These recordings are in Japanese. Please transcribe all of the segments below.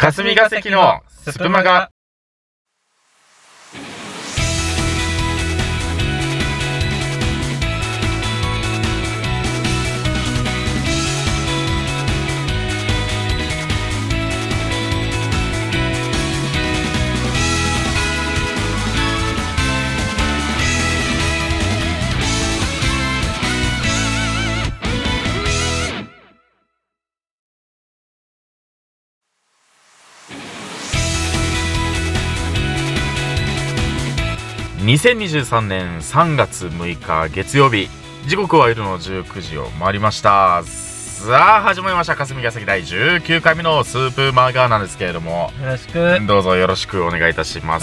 霞が関のスプマガ。2023年3月6日月曜日、時刻は夜の19時を回りました。さあ始まりました霞が関第19回目のスープマガなんですけれども、 よろしくどうぞよろしくお願いいたします。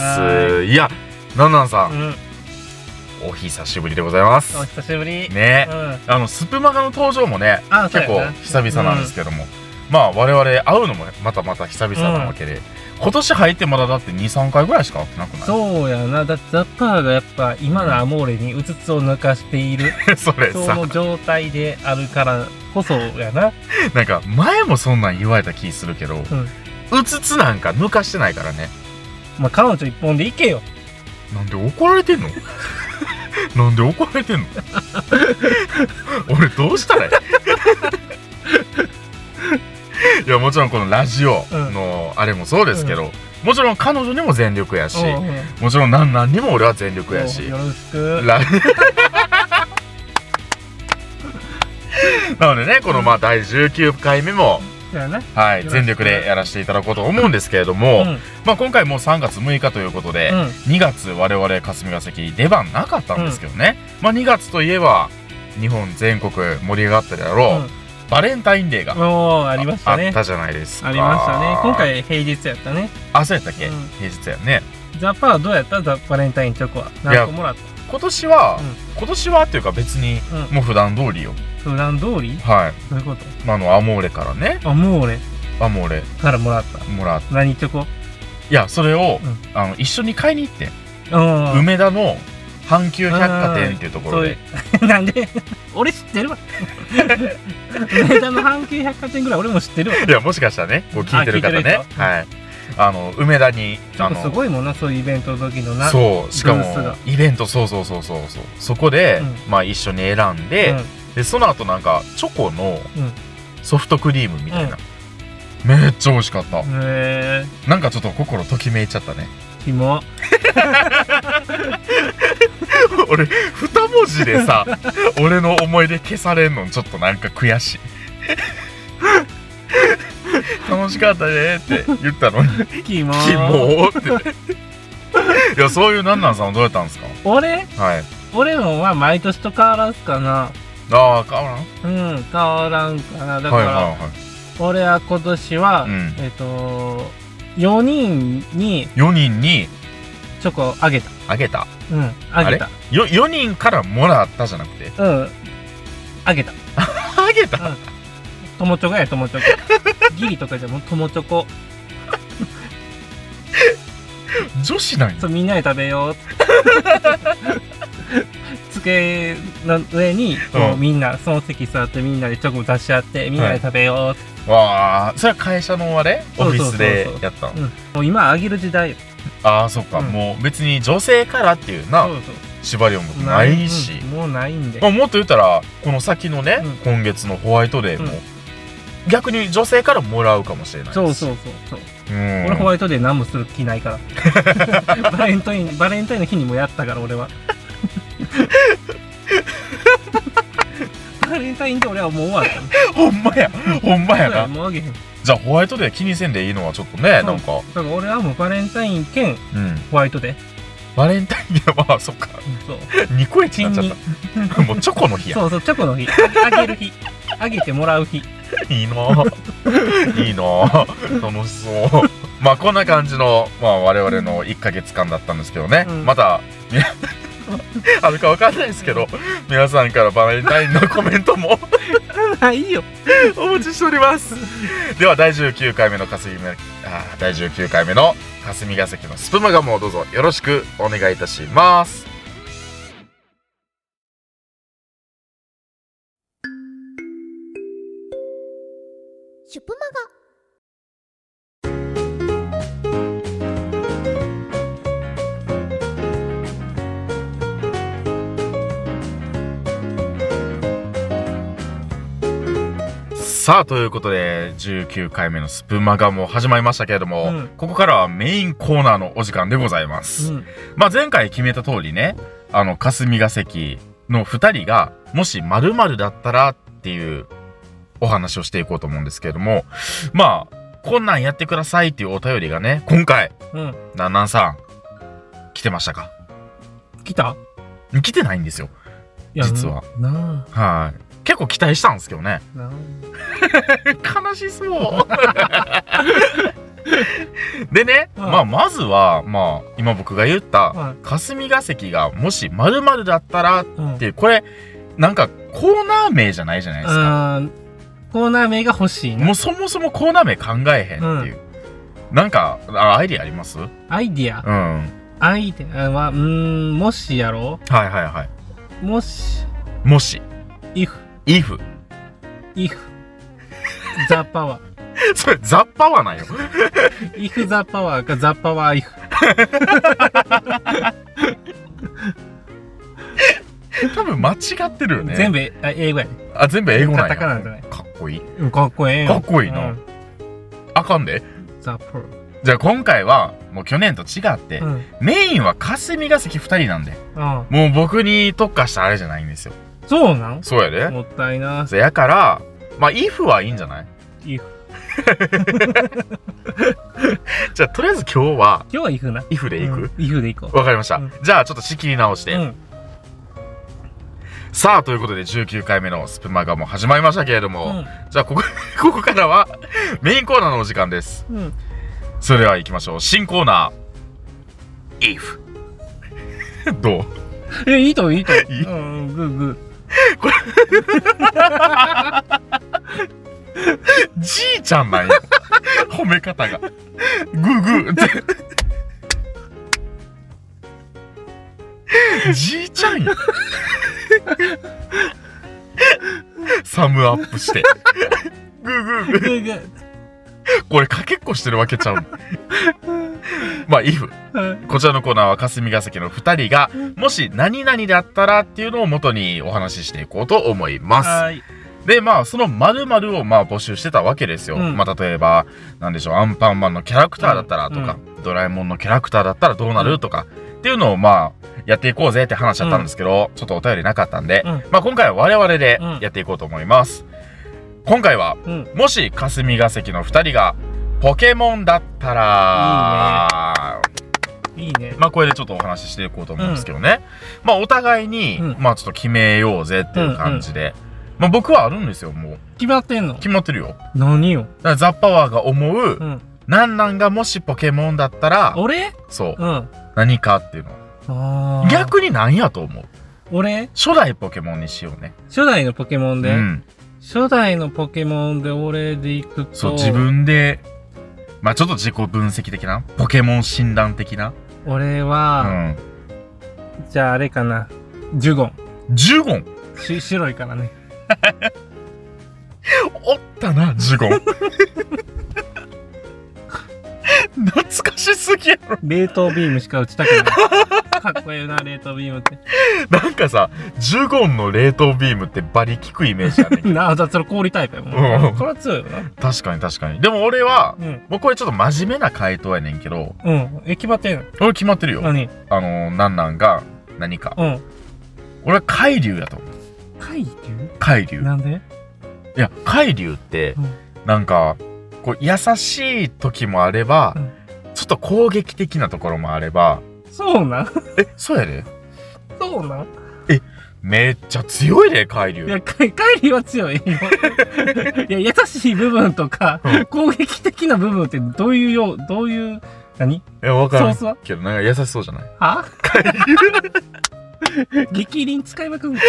いや、なんなんさん、お久しぶりでございます。 お久しぶりね、スープマガの登場もね、結構久々なんですけども、まあ我々会うのもまた久々なわけで、今年入ってまだって 2,3 回ぐらいしか会ってなくない？ そうやな。だってザッパーがやっぱ今のアモーレにうつつを抜かしているそれさ、 その状態であるからこそやな。 なんか前もそんなん言われた気するけど、うつつなんか抜かしてないからね。 まあ彼女一本でいけよ。 なんで怒られてんのなんで怒られてんの俺どうしたらいいいや、もちろんこのラジオのあれもそうですけど、もちろん彼女にも全力やし、もちろんなんにも俺は全力やし、 よろしくなのでね、この第19回目も全力でやらせていただこうと思うんですけれども、今回もう3月6日ということで、2月我々霞が関出番なかったんですけどね、2月といえば日本全国盛り上がったであろう、バレンタインデーがありましたね。 あったじゃないですか。 ありましたね。今回平日やったね。 あ、そうやったっけ？平日やね。 ザパはどうやった？バレンタインチョコは何個もらった？ 今年はっていうか別にもう普段通りよ。 普段通り？ はい。 どういうこと？ アモーレからね。 アモーレからもらった。何チョコ？ いや、それを一緒に買いに行って、梅田の阪急百貨店っていうところで。 なんで俺知ってるわ梅田の阪急百貨店ぐらい俺も知ってるわ。 いや、もしかしたらね、こう聞いてる方ね、はい、梅田にすごいもんな、そういうイベントの時のな。 そう、しかもイベント、そうそこで一緒に選んで、でその後なんかチョコのソフトクリームみたいな、めっちゃ美味しかった。なんかちょっと心ときめいちゃったね。 キモ俺2文字でさ俺の思い出消されんのちょっとなんか悔しい楽しかったねって言ったのにキモっていや、そういうなんなんさんはどうやったんですか？ 俺のは毎年と変わらずかな。 変わらん？ 変わらんかな。だから俺は今年は4人にチョコあげた。あげた 4人からもらったじゃなくて、 あげたあげた、 友チョコや、友チョコギリとかじゃもう友チョコ女子なんや。 そう、みんなで食べよう机の上にこうみんなその席座ってみんなでチョコ出し合ってみんなで食べよう。 わあ、それは会社のオフィスでやったの？ もう今あげる時代よ。 ああ、そっか、もう別に女性からっていうな縛りもないし、 もうないんで、 もっと言ったらこの先のね、今月のホワイトデーも逆に女性からもらうかもしれない。そう俺ホワイトデー何もする気ないからバレンタインの日にもやったから俺はバレンタインって俺はもう終わった。 ほんまやな。 もうあげへん。 じゃあホワイトデー気にせんでいいのはちょっとね、なんかだから俺はもうバレンタイン兼ホワイトデー。 バレンタインデー、そっか、2個1になっちゃったもうチョコの日や。 そうチョコの日、あげる日、あげてもらう日。 いいな楽しそうこんな感じの我々の1ヶ月間だったんですけどね、またあるか分かんないですけど、皆さんからバレンタインのコメントもないよお待ちしております。では第19回目の霞が関のスプマガもどうぞよろしくお願いいたします。 シュプマガ。 さあということで19回目のスプマガも始まりましたけれども、ここからはメインコーナーのお時間でございます。前回決めた通りね、霞が関の2人がもし〇〇だったらっていうお話をしていこうと思うんですけれども、こんなんやってくださいっていうお便りがね、今回、なんなんさん来てましたか？ 来た？ 来てないんですよ、実は。はい。結構期待したんですけどね。悲しそうでね、まずは今僕が言った霞が関がもし〇〇だったらっていう、これなんかコーナー名じゃないじゃないですか。 コーナー名が欲しいね。 もうそもそもコーナー名考えへんっていう、なんかアイディアあります？ アイディア、アイディアはもしやろう。 はいはいはい。 もし if ザ・パワーそれザ・パワーなんよ if ザ・パワーかザ・パワー if 多分間違ってるよね。 全部英語やね。 全部英語なんや。 カタカナじゃない。 かっこいい。 かっこいい。 かっこいいな。あかんで。 ザ・パワー。 じゃあ今回はもう去年と違って、メインは霞が関2人なんで、もう僕に特化したあれじゃないんですよ。 そうなん？ そうやで。 もったいな。 やから、if はいいんじゃない？ if じゃあとりあえず今日は if な。 if でいく？ if でいこう。 わかりました。じゃあちょっと仕切り直して。さあということで19回目のスプマガも始まりましたけれども、じゃあここからはメインコーナーのお時間です。それでは行きましょう。新コーナー if どう？ いいといいと。グーこれじいちゃんなんや褒め方がグーってじいちゃんやサムアップしてグーこれかけっこしてるわけちゃうif こちらのコーナーは霞が関の2人がもし何々だったらっていうのを元にお話ししていこうと思います。でその〇〇を募集してたわけですよ。例えばなんでしょう、アンパンマンのキャラクターだったらとか、ドラえもんのキャラクターだったらどうなるとかっていうのをやっていこうぜって話しちゃったんですけど、ちょっとお便りなかったんで、今回は我々でやっていこうと思います。今回は、もし霞が関の2人がポケモンだったらいいね。 これでちょっとお話ししていこうと思うんですけどね、お互いに、ちょっと決めようぜっていう感じで、僕はあるんですよ。もう決まってんの？ 決まってるよ。 何よ？ だからザ・パワーが思う、なんなんがもしポケモンだったら俺？ そう、何かっていうの。逆に何やと思う？ 俺？ 初代ポケモンにしようね。 初代のポケモンで？初代のポケモンで俺でいくと、 そう、自分でちょっと自己分析的なポケモン診断的な。 俺は、じゃああれかな、ジュゴン。白いからねおったなジュゴン懐かしすぎやろ。 冷凍ビームしか打ちたくないかっこいいな、冷凍ビームって。 なんかさ、ジュゴンの冷凍ビームってバリ効くイメージやねんなあ、だってそれ氷タイプやもん。それは強いよな。 確かに。でも俺は、もうこれちょっと真面目な回答やねんけど。 決まってんの？ 俺決まってるよ。 何？ なんなんが何か。俺は海竜やと思う。海竜？ なんで？ いや、海竜って、なんか、こう優しい時もあれば、ちょっと攻撃的なところもあれば。 そうなん？ そうやで。 そうなん？ めっちゃ強いで、海竜。 いや、海竜は強い。いや、優しい部分とか、攻撃的な部分ってどういう何？いや、わかるけど、なんか優しそうじゃない？ は？海竜激鱗使いまくん。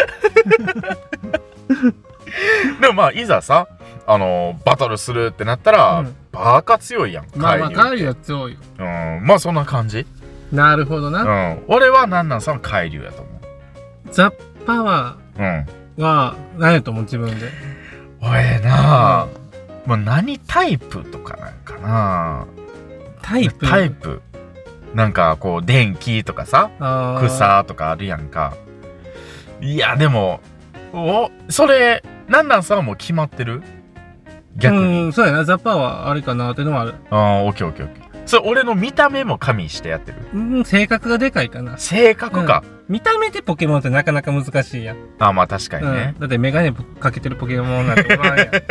でもいざさ、バトルするってなったら、バカ強いやん。 海竜は強いよ。 そんな感じ。 なるほどな。 俺はなんなんさん海竜やと思う。 ザ・パワーは何やと思う？自分で。 俺な、何タイプとかなんかな。タイプなんかこう電気とかさ、草とかあるやんか。いやでもそれなんなんさんはもう決まってる？ 逆に。 そうやな。ザッパーはあれかなっていうのはある。 オッケーオッケーオッケー。それ俺の見た目も加味してやってる。 性格がでかいかな。 性格か。 見た目でポケモンってなかなか難しいやん。 まあ確かにね。 だってメガネかけてるポケモンなんておらんやん。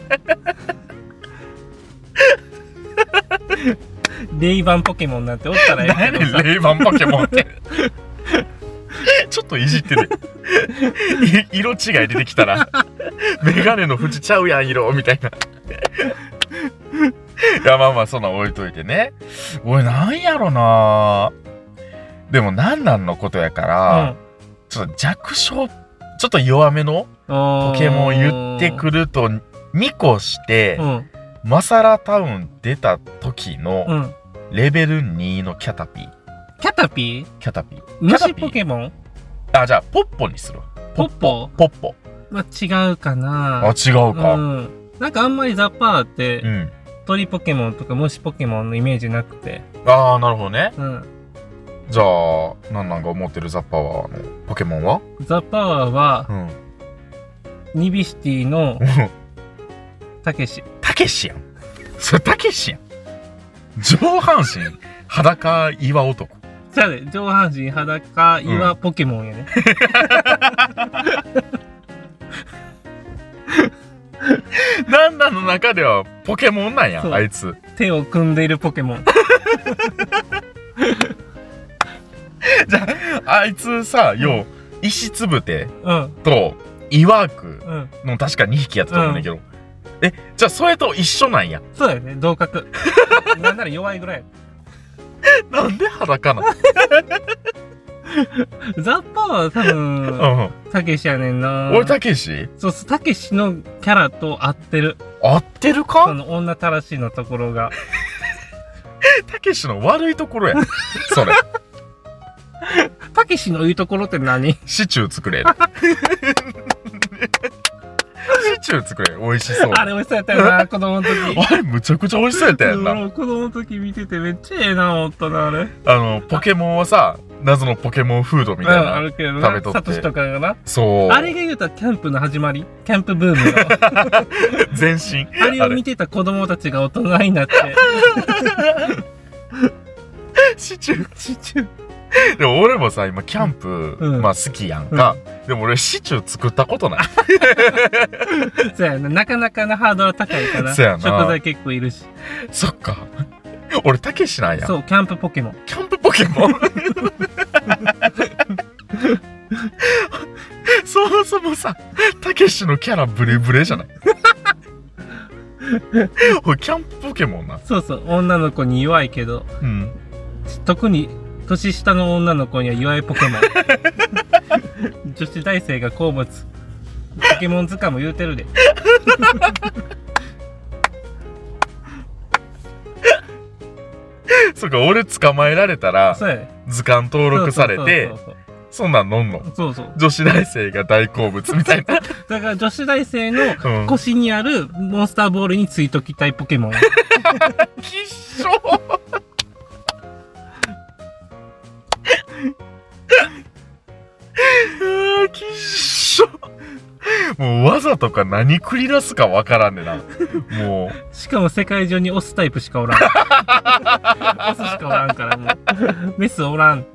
レイバンポケモンなんておったらええけどさ。何レイバンポケモンって。ちょっといじってる。色違い出てきたら、メガネの縁ちゃうやん、色、みたいな。いや、まあまあ、そんなん置いといてね。俺、なんやろな。でも、なんのことやから、ちょっと弱小、ちょっと弱めのポケモン言ってくると、見越して、マサラタウン出た時の、レベル2のキャタピー。 キャタピー？ キャタピー。 虫ポケモン？ じゃあ、ポッポにするわ。 ポッポ？ ポッポ。 まあ、違うかな。 違うか。 なんかあんまりザッパーって、鳥ポケモンとか虫ポケモンのイメージなくて。 なるほどね。じゃあ、なんか思ってるザッパワーのポケモンは？ ザッパワーは、ニビシティの、たけし。 たけしやん。それたけしやん。上半身、裸岩男。 じゃあね、上半身裸岩ポケモンやね。 なんだの中ではポケモンなんや、あいつ。 手を組んでいるポケモン。 じゃあ、あいつさ、石つぶてと岩くの確か2匹やったと思うんだけど。じゃあそれと一緒なんや。 そうだよね、同格。なんなら弱いぐらい。 なんで裸なの？ ザッパーは多分、たけしやねんな。 俺たけし？ そう、たけしのキャラと合ってる。 合ってるか？ その女たらしのところが。 たけしの悪いところや。それ。 たけしのいいところって何？ シチュー作れる。シチュー作れる。美味しそう。 あれ美味しそうやったよな、子供の時。 あれむちゃくちゃ美味しそうやったやんな。 子供の時見ててめっちゃええな、思ったな、あれ。 ポケモンはさ、謎のポケモンフードみたいな。 あるけどな。 食べとって。 サトシとかがな。 そう。 あれが言うたらキャンプの始まり？キャンプブームの。 前身。 あれを見てた子供たちが大人になって。 シチュー。でも俺もさ、今キャンプ、まあ好きやんか。でも俺シチュー作ったことない。 そうやな。なかなかなハードル高いから。 そうやな。 食材結構いるし。 そっか。俺たけしなんや。 そう、キャンプポケモン。 キャンプポケモンそもそもさ、たけしのキャラブレブレじゃない？おい、キャンプポケモンな。 そうそう、女の子に弱いけど、特に年下の女の子には弱いポケモン。女子大生が好物。ポケモン図鑑も言うてるで。 そうか、俺捕まえられたら図鑑登録されて、そんなん飲んの。 そうそう。 女子大生が大好物みたいな。 だから女子大生の腰にあるモンスターボールについときたいポケモン。 きっしょきっしょ。もう技とか何繰り出すかわからんねんな。もう。しかも世界中にオスタイプしかおらん。オスしかおらんからもう。メスおらん。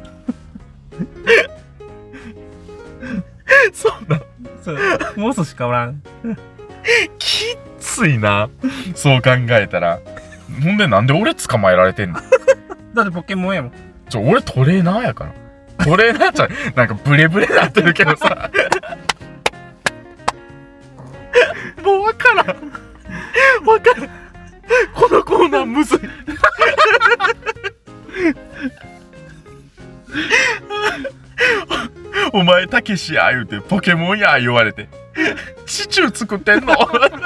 そうな。 そう。もうオスしかおらん。 きっついな。そう考えたら。ほんでなんで俺捕まえられてんの？ だってポケモンやもん。 俺トレーナーやから。トレーナーちゃん、なんかブレブレなってるけどさ。もうわからん。このコーナーむずい。お前たけしや言うてポケモンや言われてシチュー作ってんの？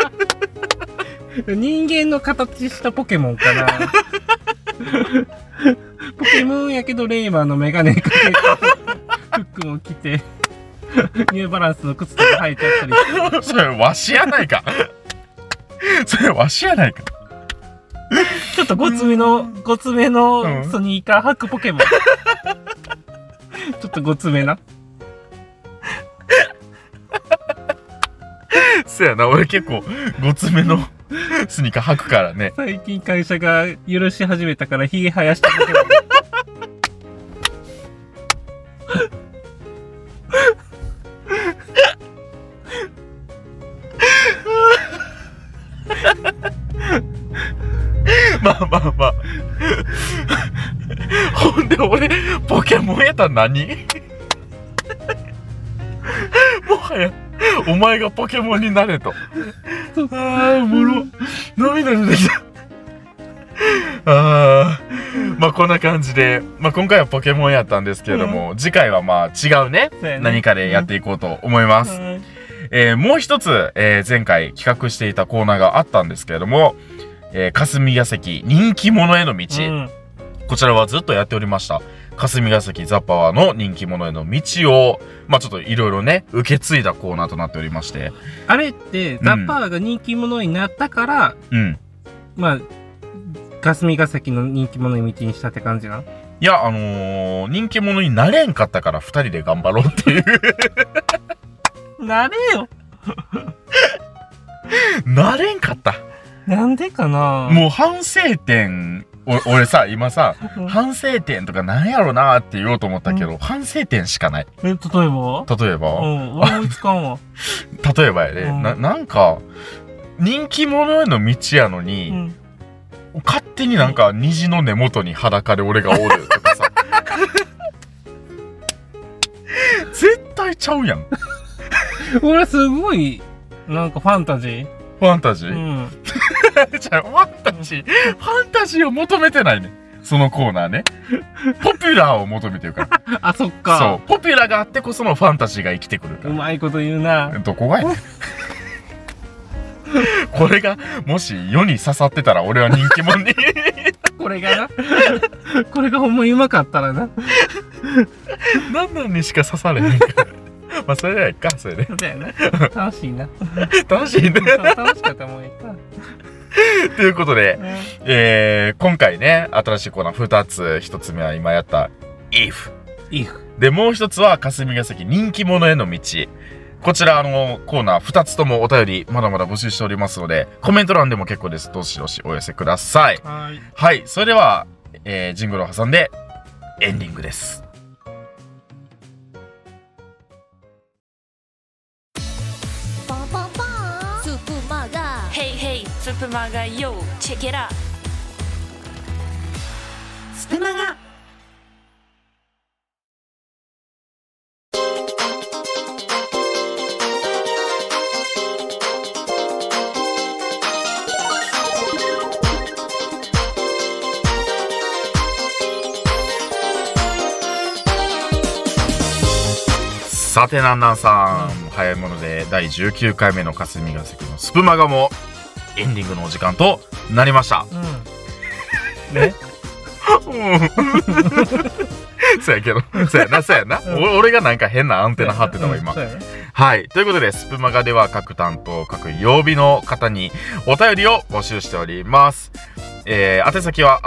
人間の形したポケモンかな。ポケモンやけどレイバーのメガネかけてフックも着てニューバランスの靴とか履いちゃったりして。 それわしやないか。それわしやないか。 ちょっとごつめのスニーカー履くポケモン。ちょっとごつめな。 そうやな、俺結構ごつめのスニーカー履くからね。 最近会社が許し始めたからヒゲ生やしただけだ。 まあまあまあ。ほんで俺ポケモンやったら何？もはやお前がポケモンになれと。ああおもろ。涙出てきた。まあこんな感じで、まあ今回はポケモンやったんですけれども、次回はまあ違うね、何かでやっていこうと思います。もう一つ、前回企画していたコーナーがあったんですけれども、霞が関人気者への道、こちらはずっとやっておりました霞が関ザ・パワーの人気者への道を、まあちょっといろいろね受け継いだコーナーとなっておりまして、 あれってザ・パワーが人気者になったから、まあ霞が関の人気者に道にしたって感じな。 いや人気者になれんかったから2人で頑張ろうっていうなれよなれんかった。 なんでかな。 もう反省点俺さ今さ反省点とかなんやろなって言おうと思ったけど、反省点しかない。 例えば思いつかんわ。 例えばやで、なんか人気者への道やのに、勝手になんか虹の根元に裸で俺がおるとかさ絶対ちゃうやん。 俺すごいなんかファンタジーじゃあファンタジーを求めてないねそのコーナーね。ポピュラーを求めてるからあ、そっか。 そう、ポピュラーがあってこそのファンタジーが生きてくるから。 うまいこと言うな。 どこがやねんこれがもし世に刺さってたら俺は人気者にこれがほんまにうまかったらな何なんにしか刺されへんからまあそれではいいか。それでそうやな。楽しいな。 楽しいね。 楽しかったもんいいかということで、今回ね新しいコーナー2つ。1つ目は今やった IF で、もう1つは霞が関人気者への道。こちらコーナー2つともお便りまだまだ募集しておりますので、コメント欄でも結構です。どしどしお寄せください。はい、それでは、ジングルを挟んでエンディングです。 スプマガヨーチェケラスプマガ。 さてなんなんさん、早いもので第19回目の霞が関のスプマガもエンディングのお時間となりました。ね。そうやけど、そうやな。俺がなんか変なアンテナ張ってたわ今。はい。ということでスプマガでは各担当各曜日の方にお便りを募集しております。宛先は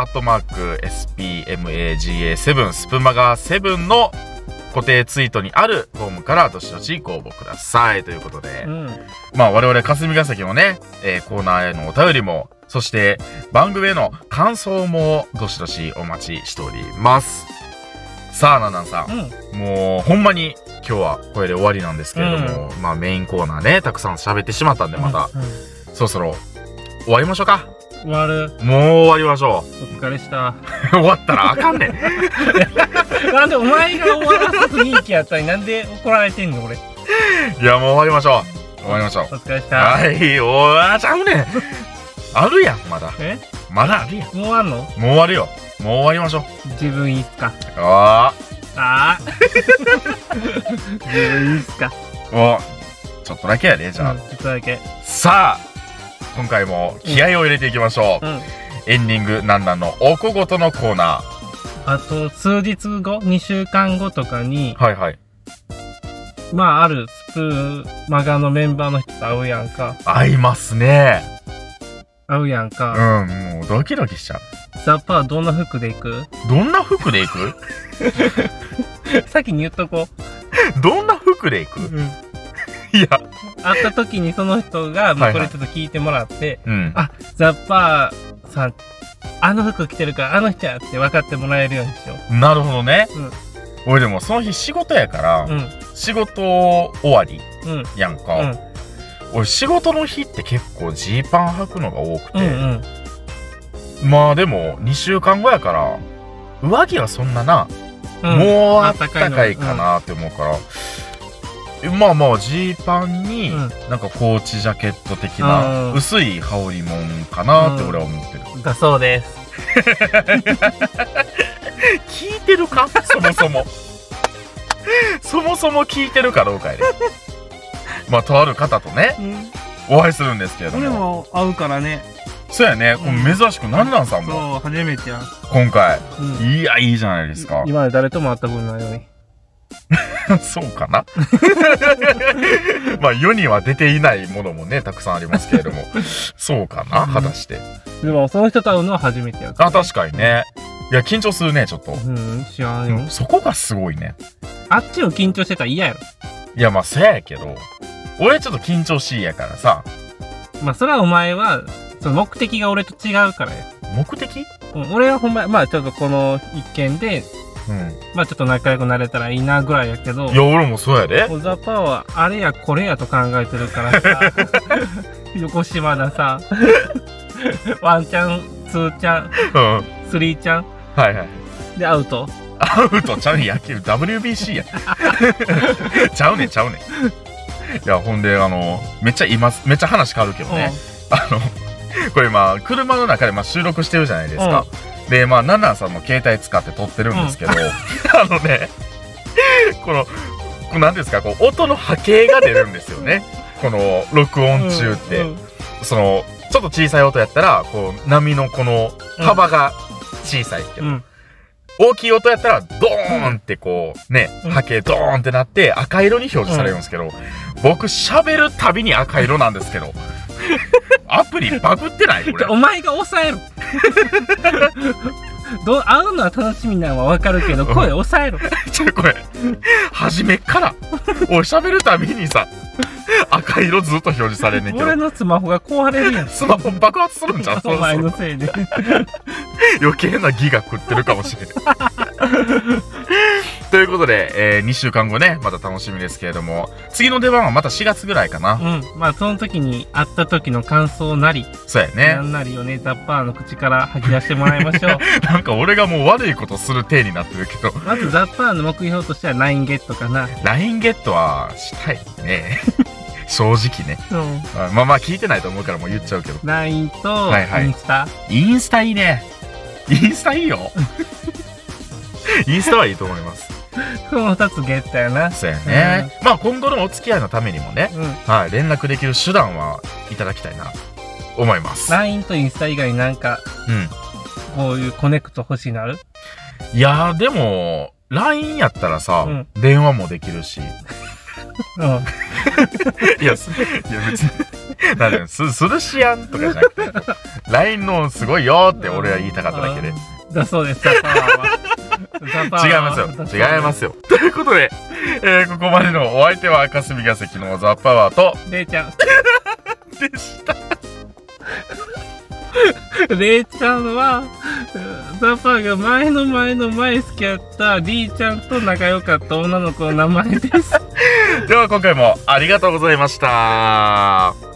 @spmaga7 スプマガ7の固定ツイートにあるフォームからどしどしご応募くださいということで、まあ我々霞が関のね、コーナーへのお便りも、そして番組への感想もどしどしお待ちしております。さあなんなんさん、もうほんまに今日はこれで終わりなんですけれども、まあメインコーナーねたくさん喋ってしまったんで、また、そろそろ終わりましょうか。 終わる。 もう終わりましょう。お疲れした。 終わったらあかんねん。 なんでお前が終わらす雰囲気やったりなんで怒られてんの俺。いやもう終わりましょう。お疲れした。 はい、ちゃうねん。あるやんまだ。まだあるやん。 もう終わんの？ もう終わるよ。もう終わりましょう。 自分いいっすか。自分いいっすか。 ちょっとだけやで、じゃあ。 ちょっとだけ。 さあ今回も気合を入れていきましょう。エンディングなんなんのおこごとのコーナー。 あと数日後2週間後とかに、まああるスプマガのメンバーの人と会うやんか。 会いますね。 会うやんか。 もうドキドキしちゃう。 ザ・パーどんな服で行く？ どんな服で行く？ 先に言っとこう。どんな服で行く？いや会った時にその人が、もうこれちょっと聞いてもらって、 はいはい、 あ、ザッパーさん、あの服着てるからあの人やって分かってもらえるようにしよう。 なるほどね。 うん、 俺でもその日仕事やから、うん、仕事終わり、やんか、うん、俺仕事の日って結構ジーパン履くのが多くて、うんうん、まあでも2週間後やから上着はそんなな、うん、もうあったかいかなって思うから、まあまあジーパンになんかコーチジャケット的な薄い羽織もんかなって俺は思ってる、 だそうです。 聞いてるかそもそもそもそも聞いてるかどうかやで、まあとある方とね、お会いするんですけれども、 俺も会うからね。 そうやね、珍しくなんなんさんもそう初めてやん今回、いやいいじゃないですか。 今まで誰とも会ったことないのにそうかなまあ世には出ていないものもねたくさんありますけれどもそうかな、果たして。 でもその人と会うのは初めてやから、ね、確かにね。いや緊張するねちょっと。 知らんよ、 そこがすごいね。 あっちも緊張してたら嫌やろ。 いやまあそうやけど俺ちょっと緊張しいやからさ。 まあそれはお前はその目的が俺と違うからや。 目的？ 俺はほんままあちょっとこの一件でまあちょっと仲良くなれたらいいなぐらいやけど。 いや俺もそうやで。 ザ・パーはあれやこれやと考えてるからさ横島ださワンチャンツーチャン、スリーチャン、 はいはいでアウトちゃうねん、野球 WBC やちゃうねんいやほんでめっちゃ話変わるけどね、これまあ車の中で収録してるじゃないですか。でまあナナさんの携帯使って撮ってるんですけど、この何ですか、こう音の波形が出るんですよねこの録音中って、そのちょっと小さい音やったらこう波のこの幅が小さいけど、大きい音やったらドーンってこうね、波形ドーンってなって赤色に表示されるんですけど、僕喋るたびに赤色なんですけどアプリバグってないこれ。 お前が抑えろ会うのは楽しみなのは分かるけど声抑えろこれ初めっから俺喋るたびにさ赤色ずっと表示されんねんけど、 俺のスマホが壊れるやん。 スマホ爆発するんじゃんお前のせいで余計なギガ食ってるかもしれないということで、2週間後ねまた楽しみですけれども、次の出番はまた4月ぐらいかな。 まあその時に会った時の感想なり、 そうやね、 なんなりをねザッパーの口から吐き出してもらいましょうなんか俺がもう悪いことする体になってるけどまずザッパーの目標としてはラインゲットかな。 ラインゲットはしたいね正直ね、まあ聞いてないと思うからもう言っちゃうけど、 LINE とインスタ、 インスタいいね。インスタいいよインスタはいいと思います。 この2つゲットやな。 そうやね、まあ今後のお付き合いのためにもね、連絡できる手段はいただきたいな思います。 LINE とインスタ以外になんかこういうコネクト欲しいなる。 いやでも LINE やったらさ、電話もできるしいや別になんだよするしやんとかじゃなくてLINE のすごいよって俺は言いたかっただけで。 だそうです。ザパワーは違いますよということで、ここまでのお相手は霞が関のザ・パワーとレイちゃんでしたレイちゃんはザ・パワーが前の好きやったリーちゃんと仲良かった女の子の名前ですでは今回もありがとうございました。